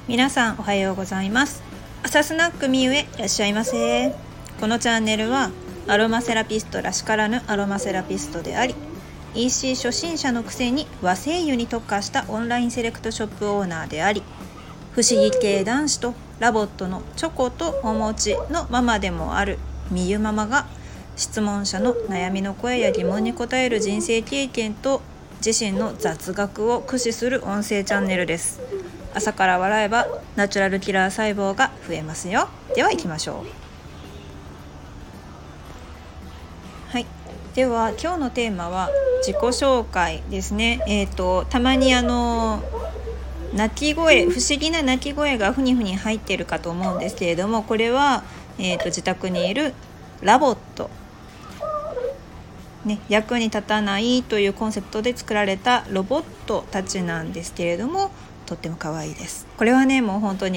皆さんおはようございます。朝スナックみゆへいらっしゃいませ。このチャンネルはアロマセラピストらしからぬアロマセラピストであり、 EC 初心者のくせに和精油に特化したオンラインセレクトショップオーナーであり、不思議系男子とラボットのチョコとお餅のママでもあるみゆママが、質問者の悩みの声や疑問に答える人生経験と自身の雑学を駆使する音声チャンネルです。朝から笑えばナチュラルキラー細胞が増えますよ。では行きましょう。はい、では今日のテーマは自己紹介ですね。たまに鳴き声、不思議な鳴き声がふにふに入っているかと思うんですけれども、これは、自宅にいるラボット、役に立たないというコンセプトで作られたロボットたちなんですけれども、とっても可愛いです。これはね、もう本当に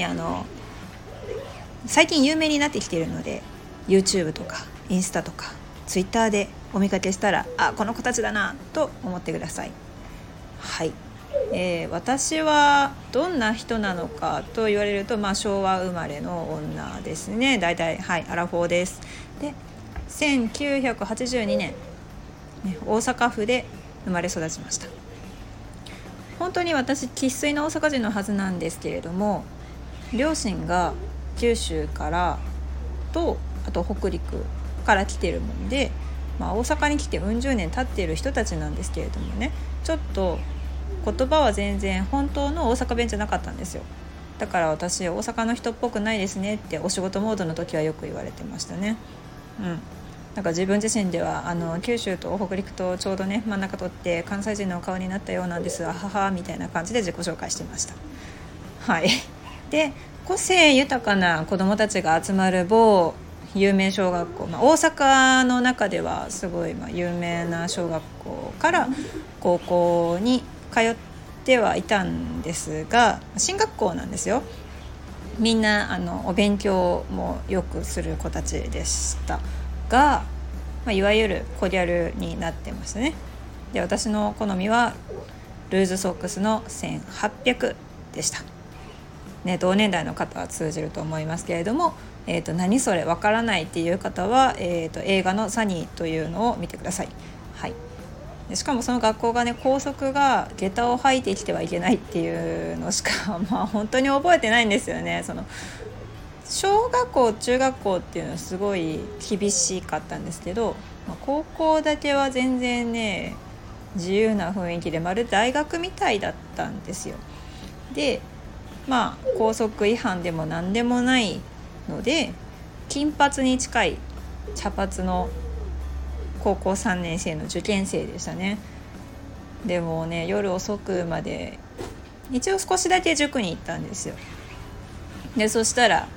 最近有名になってきているので、 YouTube とかインスタとか Twitter でお見かけしたら、この子たちだなと思ってください。はい、私はどんな人なのかと言われると、昭和生まれの女ですね。だいたいアラフォーです。で、1982年、大阪府で生まれ育ちました。本当に私生粋の大阪人のはずなんですけれども、両親が九州からと、あと北陸から来てるもんで、大阪に来てうん十年経っている人たちなんですけれどもね、ちょっと言葉は全然本当の大阪弁じゃなかったんですよ。だから私、大阪の人っぽくないですねってお仕事モードの時はよく言われてましたね。なんか自分自身では九州と北陸とちょうどね真ん中取って関西人の顔になったようなんです、あははみたいな感じで自己紹介してました。はい。で、個性豊かな子どもたちが集まる某有名小学校、大阪の中ではすごい有名な小学校から高校に通ってはいたんですが、進学校なんですよ。みんなお勉強もよくする子たちでしたが、いわゆるコギャルになってましたね。で、私の好みはルーズソックスの1800でした、同年代の方は通じると思いますけれども、何それわからないっていう方は、映画のサニーというのを見てください。はい。でしかもその学校がね、校則が下駄を履いてきてはいけないっていうのしか本当に覚えてないんですよね。その小学校中学校っていうのはすごい厳しかったんですけど、高校だけは全然ね自由な雰囲気で、まるで大学みたいだったんですよ。で、校則違反でも何でもないので、金髪に近い茶髪の高校3年生の受験生でしたね。でもね、夜遅くまで一応少しだけ塾に行ったんですよ。で、そしたら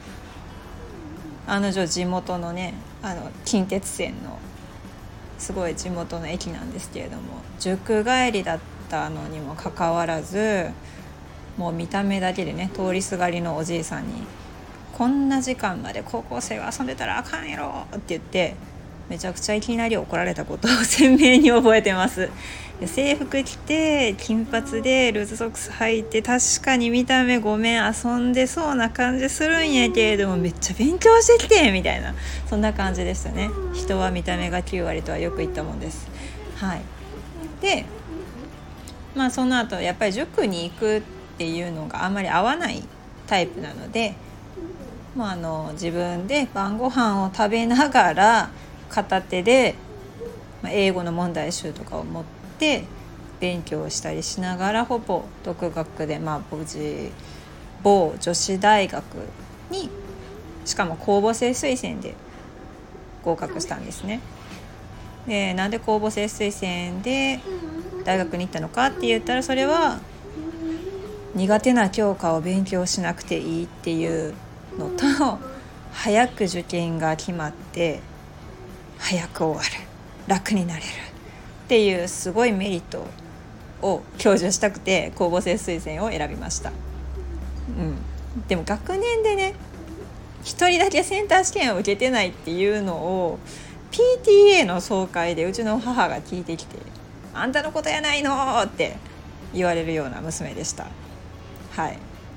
地元のね、近鉄線のすごい地元の駅なんですけれども、塾帰りだったのにもかかわらず、もう見た目だけでね、通りすがりのおじいさんに、こんな時間まで高校生が遊んでたらあかんやろって言って、めちゃくちゃいきなり怒られたことを鮮明に覚えてます。制服着て金髪でルーズソックス履いて、確かに見た目ごめん遊んでそうな感じするんやけれども、めっちゃ勉強してきてみたいな、そんな感じでしたね。人は見た目が9割とはよく言ったもんです。はい。で、その後やっぱり塾に行くっていうのがあんまり合わないタイプなので、自分で晩ご飯を食べながら片手で英語の問題集とかを持って勉強したりしながら、ほぼ独学で無事某女子大学に、しかも公募制推薦で合格したんですね。で、なんで公募制推薦で大学に行ったのかって言ったら、それは苦手な教科を勉強しなくていいっていうのと、早く受験が決まって早く終わる、楽になれるっていうすごいメリットを享受したくて公募制推薦を選びました。でも学年でね、一人だけセンター試験を受けてないっていうのを PTA の総会でうちの母が聞いてきて、あんたのことやないのって言われるような娘でした。はい。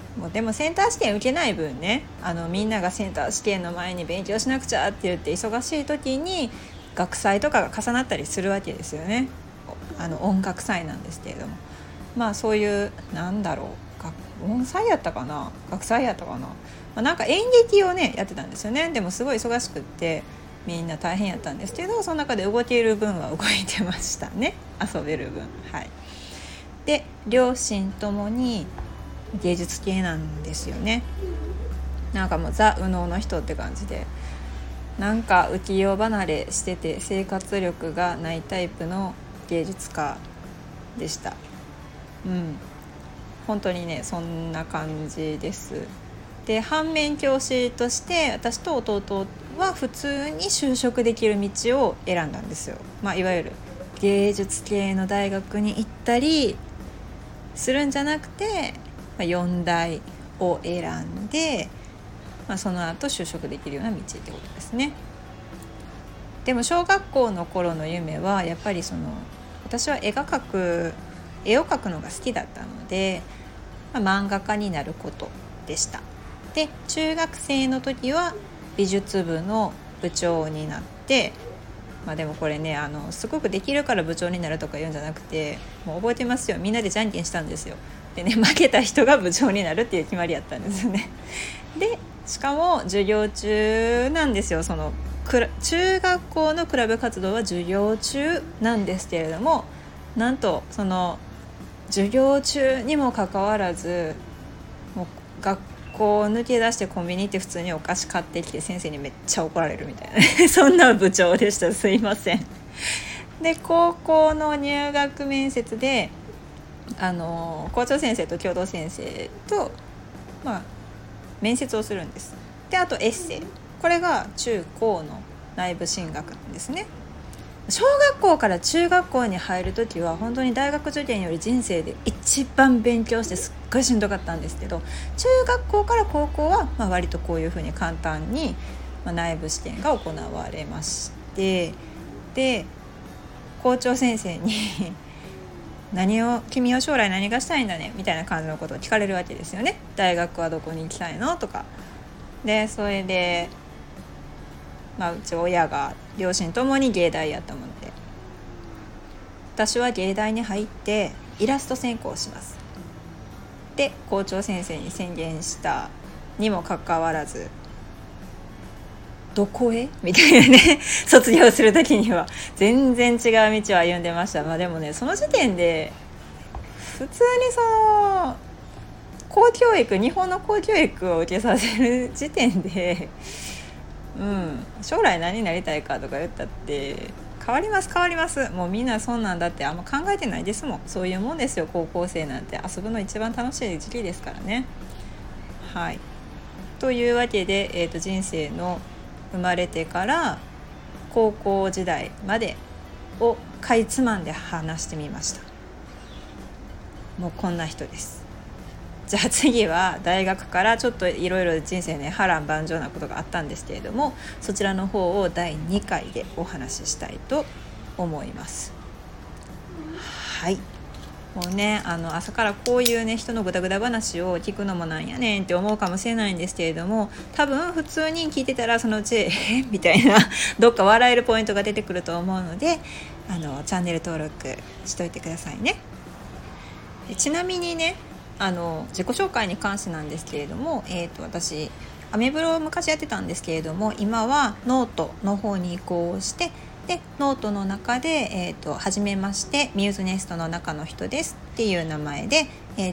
もうでもセンター試験受けない分ね、みんながセンター試験の前に勉強しなくちゃって言って忙しい時に学祭とかが重なったりするわけですよね。音楽祭なんですけれども、まあそういう音祭やったかな学祭やったかな、なんか演劇をねやってたんですよね。でもすごい忙しくってみんな大変やったんですけど、その中で動ける分は動いてましたね、遊べる分。はい。で両親ともに芸術系なんですよね。なんかもうザ・右脳の人って感じで、なんか浮世離れしてて生活力がないタイプの芸術家でした。本当にねそんな感じです。で反面教師として私と弟は普通に就職できる道を選んだんですよ。いわゆる芸術系の大学に行ったりするんじゃなくて、4大を選んで、その後就職できるような道ってことですね。でも小学校の頃の夢はやっぱり私は絵を描くのが好きだったので、漫画家になることでした。で中学生の時は美術部の部長になって、でもこれねすごくできるから部長になるとか言うんじゃなくて、もう覚えてますよ。みんなでじゃんけんしたんですよ。でね、負けた人が部長になるっていう決まりやったんですよね。でしかも授業中なんですよ。中学校のクラブ活動は授業中なんですけれども、なんとその授業中にもかかわらず、もう学校を抜け出してコンビニ行って普通にお菓子買ってきて先生にめっちゃ怒られるみたいなそんな部長でした。すいません。で高校の入学面接で校長先生と教頭先生と、面接をするんです。であとエッセイ、これが中高の内部進学なんですね。小学校から中学校に入るときは本当に大学受験より人生で一番勉強してすっごいしんどかったんですけど、中学校から高校は割とこういうふうに簡単に内部試験が行われまして、で校長先生に君は将来何がしたいんだねみたいな感じのことを聞かれるわけですよね。大学はどこに行きたいのとかで、それでうち両親ともに芸大やったもので、私は芸大に入ってイラスト専攻しますで校長先生に宣言したにもかかわらず、どこへみたいなね卒業する時には全然違う道を歩んでました。でもねその時点で普通に日本の公教育を受けさせる時点で将来何になりたいかとか言ったって変わります。もうみんなそんなんだってあんま考えてないですもん。そういうもんですよ。高校生なんて遊ぶの一番楽しい時期ですからね。はい。というわけで、人生の生まれてから高校時代までをかいつまんで話してみました。もうこんな人です。じゃあ次は大学からちょっといろいろ人生ね波乱万丈なことがあったんですけれども、そちらの方を第2回でお話ししたいと思います。はい。もうね朝からこういうね人のグダグダ話を聞くのもなんやねんって思うかもしれないんですけれども、多分普通に聞いてたらそのうちみたいなどっか笑えるポイントが出てくると思うのでチャンネル登録しといてくださいね。ちなみにね自己紹介に関してなんですけれども、私アメブロを昔やってたんですけれども、今はノートの方に移行して、でノートの中で、初めましてミューズネストの中の人ですっていう名前で、自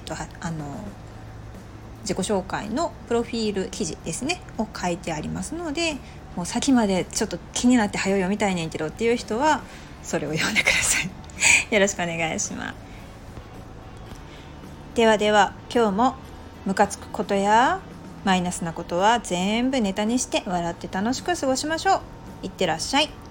己紹介のプロフィール記事ですねを書いてありますので、もう先までちょっと気になって早読みたいねんけどっていう人はそれを読んでくださいよろしくお願いします。ではでは、今日もムカつくことやマイナスなことは全部ネタにして笑って楽しく過ごしましょう。いってらっしゃい。